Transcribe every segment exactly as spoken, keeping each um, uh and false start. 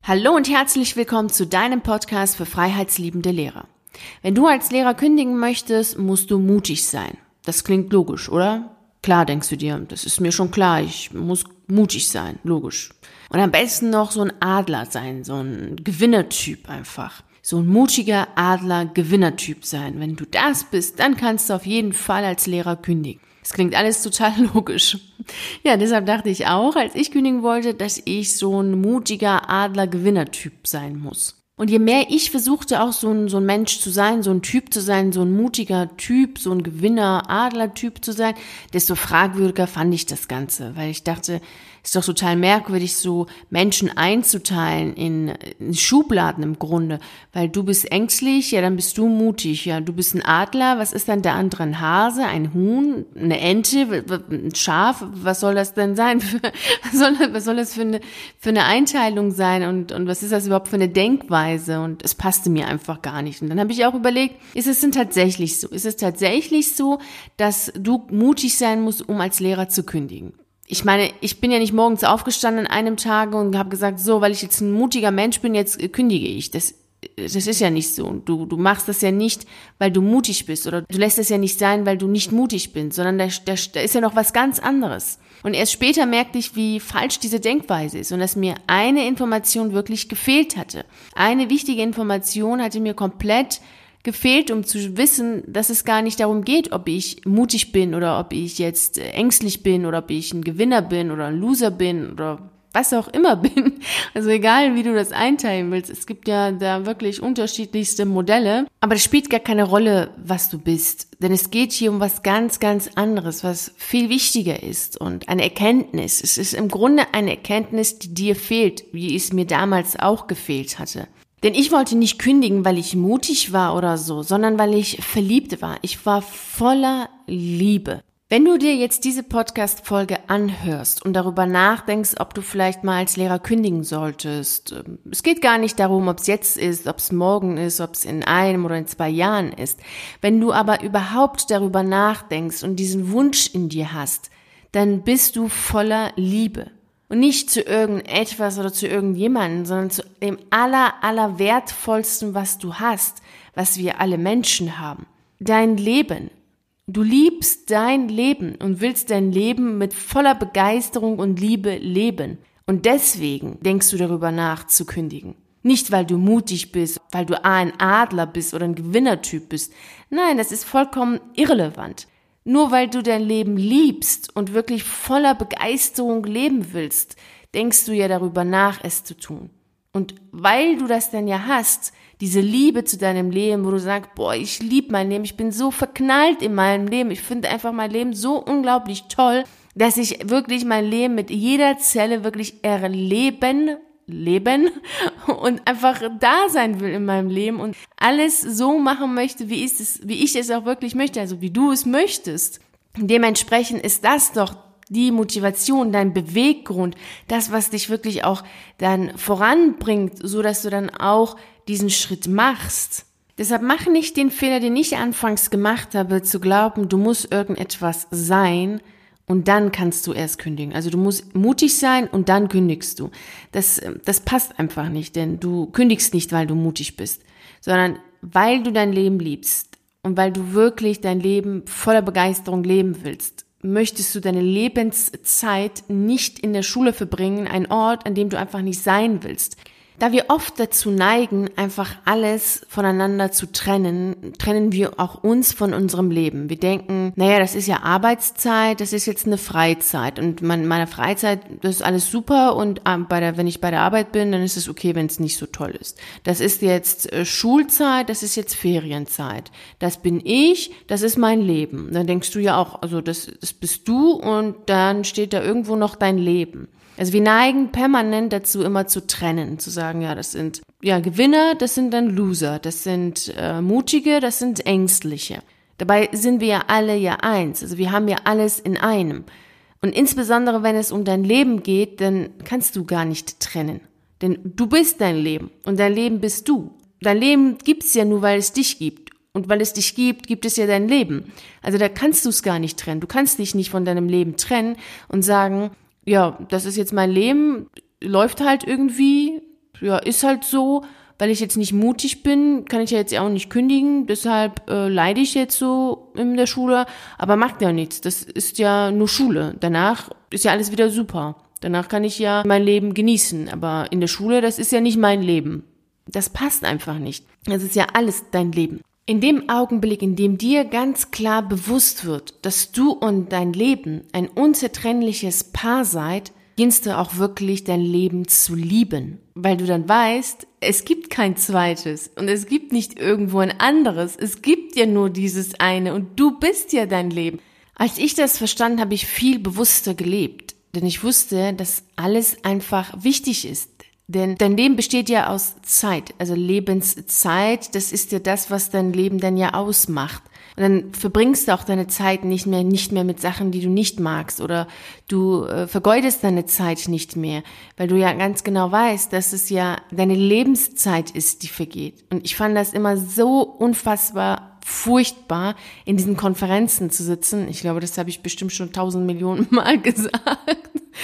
Hallo und herzlich willkommen zu deinem Podcast für freiheitsliebende Lehrer. Wenn du als Lehrer kündigen möchtest, musst du mutig sein. Das klingt logisch, oder? Klar, denkst du dir, das ist mir schon klar, ich muss mutig sein, logisch. Und am besten noch so ein Adler sein, so ein Gewinnertyp einfach. So ein mutiger Adler-Gewinnertyp sein. Wenn du das bist, dann kannst du auf jeden Fall als Lehrer kündigen. Das klingt alles total logisch. Ja, deshalb dachte ich auch, als ich kündigen wollte, dass ich so ein mutiger Adler-Gewinnertyp sein muss. Und je mehr ich versuchte, auch so ein, so ein Mensch zu sein, so ein Typ zu sein, so ein mutiger Typ, so ein Gewinner-Adler-Typ zu sein, desto fragwürdiger fand ich das Ganze. Weil ich dachte, ist doch total merkwürdig, so Menschen einzuteilen in, in Schubladen im Grunde. Weil du bist ängstlich, ja, dann bist du mutig. Ja, du bist ein Adler, was ist dann der andere? Ein Hase, ein Huhn, eine Ente, ein Schaf? Was soll das denn sein? Was soll, was soll das für eine, für eine Einteilung sein? Und, und was ist das überhaupt für eine Denkweise? Und es passte mir einfach gar nicht. Und dann habe ich auch überlegt, ist es denn tatsächlich so? Ist es tatsächlich so, dass du mutig sein musst, um als Lehrer zu kündigen? Ich meine, ich bin ja nicht morgens aufgestanden an einem Tag und habe gesagt, so, weil ich jetzt ein mutiger Mensch bin, jetzt kündige ich. Das, das ist ja nicht so. Du, du machst das ja nicht, weil du mutig bist, oder du lässt es ja nicht sein, weil du nicht mutig bist, sondern da, da, da ist ja noch was ganz anderes. Und erst später merkte ich, wie falsch diese Denkweise ist und dass mir eine Information wirklich gefehlt hatte. Eine wichtige Information hatte mir komplett gefehlt, um zu wissen, dass es gar nicht darum geht, ob ich mutig bin oder ob ich jetzt ängstlich bin oder ob ich ein Gewinner bin oder ein Loser bin oder was auch immer bin. Also egal, wie du das einteilen willst. Es gibt ja da wirklich unterschiedlichste Modelle. Aber es spielt gar keine Rolle, was du bist. Denn es geht hier um was ganz, ganz anderes, was viel wichtiger ist. Und eine Erkenntnis. Es ist im Grunde eine Erkenntnis, die dir fehlt, wie es mir damals auch gefehlt hatte. Denn ich wollte nicht kündigen, weil ich mutig war oder so, sondern weil ich verliebt war. Ich war voller Liebe. Wenn du dir jetzt diese Podcast-Folge anhörst und darüber nachdenkst, ob du vielleicht mal als Lehrer kündigen solltest, es geht gar nicht darum, ob es jetzt ist, ob es morgen ist, ob es in einem oder in zwei Jahren ist. Wenn du aber überhaupt darüber nachdenkst und diesen Wunsch in dir hast, dann bist du voller Liebe. Und nicht zu irgendetwas oder zu irgendjemandem, sondern zu dem aller, aller wertvollsten, was du hast, was wir alle Menschen haben. Dein Leben. Du liebst dein Leben und willst dein Leben mit voller Begeisterung und Liebe leben. Und deswegen denkst du darüber nach, zu kündigen. Nicht, weil du mutig bist, weil du ein Adler bist oder ein Gewinnertyp bist. Nein, das ist vollkommen irrelevant. Nur weil du dein Leben liebst und wirklich voller Begeisterung leben willst, denkst du ja darüber nach, es zu tun. Und weil du das dann ja hast, diese Liebe zu deinem Leben, wo du sagst, boah, ich liebe mein Leben, ich bin so verknallt in meinem Leben, ich finde einfach mein Leben so unglaublich toll, dass ich wirklich mein Leben mit jeder Zelle wirklich erleben leben und einfach da sein will in meinem Leben und alles so machen möchte, wie ich es, wie ich es auch wirklich möchte, also wie du es möchtest. Dementsprechend ist das doch die Motivation, dein Beweggrund, das, was dich wirklich auch dann voranbringt, so dass du dann auch diesen Schritt machst. Deshalb mach nicht den Fehler, den ich anfangs gemacht habe, zu glauben, du musst irgendetwas sein, und dann kannst du erst kündigen. Also du musst mutig sein und dann kündigst du. Das, das passt einfach nicht, denn du kündigst nicht, weil du mutig bist, sondern weil du dein Leben liebst und weil du wirklich dein Leben voller Begeisterung leben willst. Möchtest du deine Lebenszeit nicht in der Schule verbringen, ein Ort, an dem du einfach nicht sein willst. Da wir oft dazu neigen, einfach alles voneinander zu trennen, trennen wir auch uns von unserem Leben. Wir denken, naja, das ist ja Arbeitszeit, das ist jetzt eine Freizeit und mein, meine Freizeit, das ist alles super und bei der, wenn ich bei der Arbeit bin, dann ist es okay, wenn es nicht so toll ist. Das ist jetzt äh, Schulzeit, das ist jetzt Ferienzeit. Das bin ich, das ist mein Leben. Dann denkst du ja auch, also das, das bist du und dann steht da irgendwo noch dein Leben. Also wir neigen permanent dazu, immer zu trennen, zu sagen, ja, das sind ja Gewinner, das sind dann Loser, das sind äh, Mutige, das sind Ängstliche. Dabei sind wir ja alle ja eins, also wir haben ja alles in einem. Und insbesondere, wenn es um dein Leben geht, dann kannst du gar nicht trennen. Denn du bist dein Leben und dein Leben bist du. Dein Leben gibt's ja nur, weil es dich gibt. Und weil es dich gibt, gibt es ja dein Leben. Also da kannst du es gar nicht trennen. Du kannst dich nicht von deinem Leben trennen und sagen, ja, das ist jetzt mein Leben, läuft halt irgendwie, ja, ist halt so, weil ich jetzt nicht mutig bin, kann ich ja jetzt auch nicht kündigen, deshalb äh, leide ich jetzt so in der Schule, aber macht ja nichts, das ist ja nur Schule, danach ist ja alles wieder super, danach kann ich ja mein Leben genießen, aber in der Schule, das ist ja nicht mein Leben, das passt einfach nicht, das ist ja alles dein Leben. In dem Augenblick, in dem dir ganz klar bewusst wird, dass du und dein Leben ein unzertrennliches Paar seid, beginnst du auch wirklich dein Leben zu lieben, weil du dann weißt, es gibt kein zweites und es gibt nicht irgendwo ein anderes, es gibt ja nur dieses eine und du bist ja dein Leben. Als ich das verstand, habe ich viel bewusster gelebt, denn ich wusste, dass alles einfach wichtig ist. Denn dein Leben besteht ja aus Zeit, also Lebenszeit, das ist ja das, was dein Leben dann ja ausmacht. Und dann verbringst du auch deine Zeit nicht mehr, nicht mehr mit Sachen, die du nicht magst, oder du äh, vergeudest deine Zeit nicht mehr, weil du ja ganz genau weißt, dass es ja deine Lebenszeit ist, die vergeht. Und ich fand das immer so unfassbar furchtbar, in diesen Konferenzen zu sitzen. Ich glaube, das habe ich bestimmt schon tausend Millionen Mal gesagt.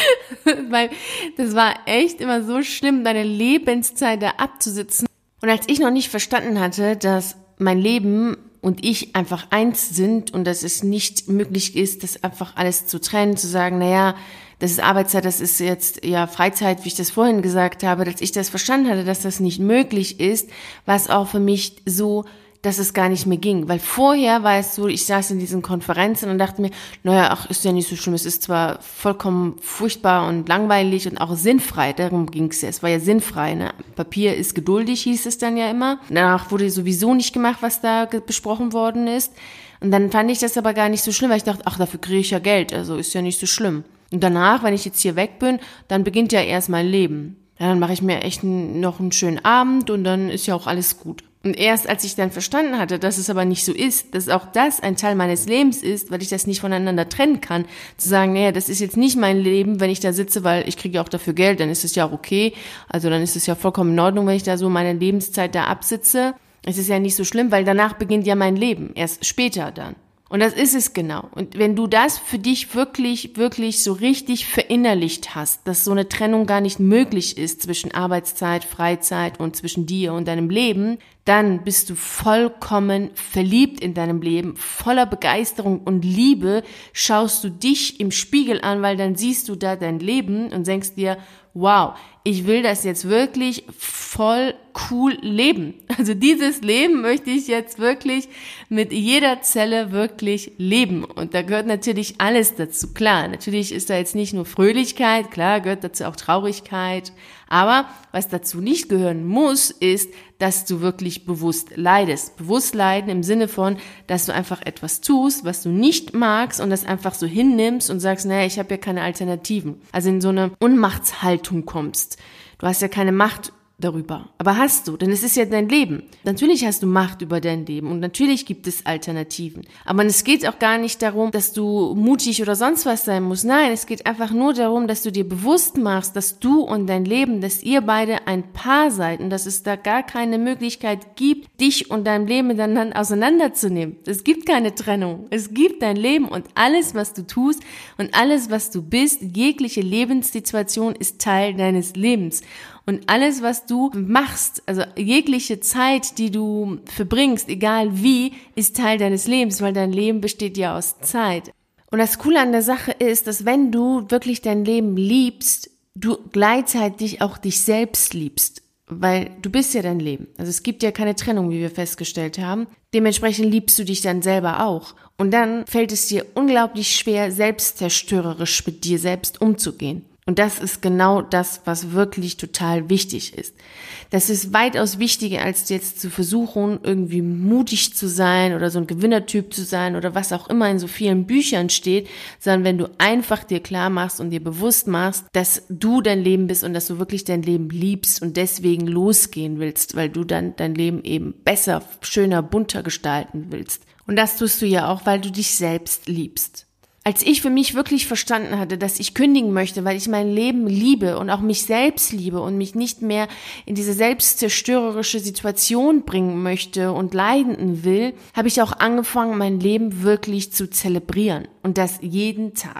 Weil das war echt immer so schlimm, deine Lebenszeit da abzusitzen. Und als ich noch nicht verstanden hatte, dass mein Leben und ich einfach eins sind und dass es nicht möglich ist, das einfach alles zu trennen, zu sagen, naja, das ist Arbeitszeit, das ist jetzt ja Freizeit, wie ich das vorhin gesagt habe, dass ich das verstanden hatte, dass das nicht möglich ist, war es auch für mich so, dass es gar nicht mehr ging, weil vorher war es so, ich saß in diesen Konferenzen und dachte mir, naja, ach, ist ja nicht so schlimm, es ist zwar vollkommen furchtbar und langweilig und auch sinnfrei, darum ging es ja, es war ja sinnfrei, ne? Papier ist geduldig, hieß es dann ja immer. Danach wurde sowieso nicht gemacht, was da ge- besprochen worden ist und dann fand ich das aber gar nicht so schlimm, weil ich dachte, ach, dafür kriege ich ja Geld, also ist ja nicht so schlimm. Und danach, wenn ich jetzt hier weg bin, dann beginnt ja erst mein Leben. Ja, dann mache ich mir echt n- noch einen schönen Abend und dann ist ja auch alles gut. Und erst als ich dann verstanden hatte, dass es aber nicht so ist, dass auch das ein Teil meines Lebens ist, weil ich das nicht voneinander trennen kann, zu sagen, naja, das ist jetzt nicht mein Leben, wenn ich da sitze, weil ich kriege ja auch dafür Geld, dann ist es ja auch okay. Also dann ist es ja vollkommen in Ordnung, wenn ich da so meine Lebenszeit da absitze. Es ist ja nicht so schlimm, weil danach beginnt ja mein Leben, erst später dann. Und das ist es genau. Und wenn du das für dich wirklich, wirklich so richtig verinnerlicht hast, dass so eine Trennung gar nicht möglich ist zwischen Arbeitszeit, Freizeit und zwischen dir und deinem Leben, dann bist du vollkommen verliebt in deinem Leben, voller Begeisterung und Liebe, schaust du dich im Spiegel an, weil dann siehst du da dein Leben und denkst dir, wow, ich will das jetzt wirklich voll cool leben. Also dieses Leben möchte ich jetzt wirklich mit jeder Zelle wirklich leben. Und da gehört natürlich alles dazu. Klar, natürlich ist da jetzt nicht nur Fröhlichkeit, klar gehört dazu auch Traurigkeit. Aber was dazu nicht gehören muss, ist, dass du wirklich bewusst leidest. Bewusst leiden im Sinne von, dass du einfach etwas tust, was du nicht magst und das einfach so hinnimmst und sagst, naja, ich habe ja keine Alternativen. Also in so eine Ohnmachtshaltung kommst. Du hast ja keine Macht darüber. Aber hast du, denn es ist ja dein Leben. Natürlich hast du Macht über dein Leben und natürlich gibt es Alternativen. Aber es geht auch gar nicht darum, dass du mutig oder sonst was sein musst. Nein, es geht einfach nur darum, dass du dir bewusst machst, dass du und dein Leben, dass ihr beide ein Paar seid und dass es da gar keine Möglichkeit gibt, dich und dein Leben miteinander auseinanderzunehmen. Es gibt keine Trennung. Es gibt dein Leben und alles, was du tust und alles, was du bist, jegliche Lebenssituation ist Teil deines Lebens. Und alles, was du machst, also jegliche Zeit, die du verbringst, egal wie, ist Teil deines Lebens, weil dein Leben besteht ja aus Zeit. Und das Coole an der Sache ist, dass wenn du wirklich dein Leben liebst, du gleichzeitig auch dich selbst liebst, weil du bist ja dein Leben. Also es gibt ja keine Trennung, wie wir festgestellt haben. Dementsprechend liebst du dich dann selber auch. Und dann fällt es dir unglaublich schwer, selbstzerstörerisch mit dir selbst umzugehen. Und das ist genau das, was wirklich total wichtig ist. Das ist weitaus wichtiger, als jetzt zu versuchen, irgendwie mutig zu sein oder so ein Gewinnertyp zu sein oder was auch immer in so vielen Büchern steht, sondern wenn du einfach dir klar machst und dir bewusst machst, dass du dein Leben bist und dass du wirklich dein Leben liebst und deswegen losgehen willst, weil du dann dein Leben eben besser, schöner, bunter gestalten willst. Und das tust du ja auch, weil du dich selbst liebst. Als ich für mich wirklich verstanden hatte, dass ich kündigen möchte, weil ich mein Leben liebe und auch mich selbst liebe und mich nicht mehr in diese selbstzerstörerische Situation bringen möchte und leiden will, habe ich auch angefangen, mein Leben wirklich zu zelebrieren. Und das jeden Tag.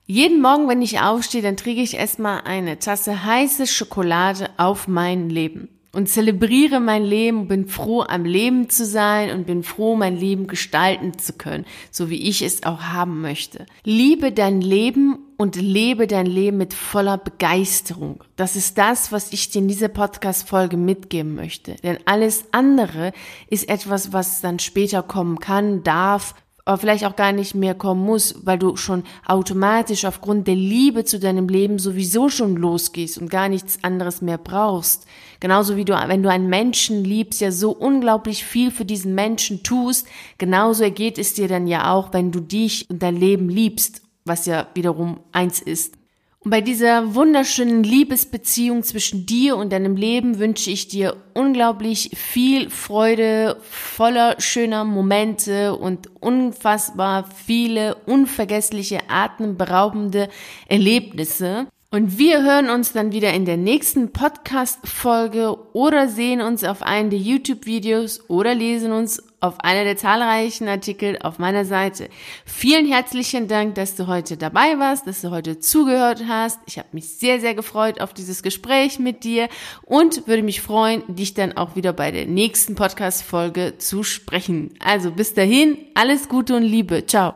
Jeden Morgen, wenn ich aufstehe, dann trinke ich erstmal eine Tasse heiße Schokolade auf mein Leben und zelebriere mein Leben, bin froh, am Leben zu sein und bin froh, mein Leben gestalten zu können, so wie ich es auch haben möchte. Liebe dein Leben und lebe dein Leben mit voller Begeisterung. Das ist das, was ich dir in dieser Podcast-Folge mitgeben möchte. Denn alles andere ist etwas, was dann später kommen kann, darf, aber vielleicht auch gar nicht mehr kommen muss, weil du schon automatisch aufgrund der Liebe zu deinem Leben sowieso schon losgehst und gar nichts anderes mehr brauchst. Genauso wie du, wenn du einen Menschen liebst, ja so unglaublich viel für diesen Menschen tust, genauso ergeht es dir dann ja auch, wenn du dich und dein Leben liebst, was ja wiederum eins ist. Und bei dieser wunderschönen Liebesbeziehung zwischen dir und deinem Leben wünsche ich dir unglaublich viel Freude, voller schöner Momente und unfassbar viele unvergessliche, atemberaubende Erlebnisse. Und wir hören uns dann wieder in der nächsten Podcast-Folge oder sehen uns auf einem der YouTube-Videos oder lesen uns auf einer der zahlreichen Artikel auf meiner Seite. Vielen herzlichen Dank, dass du heute dabei warst, dass du heute zugehört hast. Ich habe mich sehr, sehr gefreut auf dieses Gespräch mit dir und würde mich freuen, dich dann auch wieder bei der nächsten Podcast-Folge zu sprechen. Also bis dahin, alles Gute und Liebe. Ciao.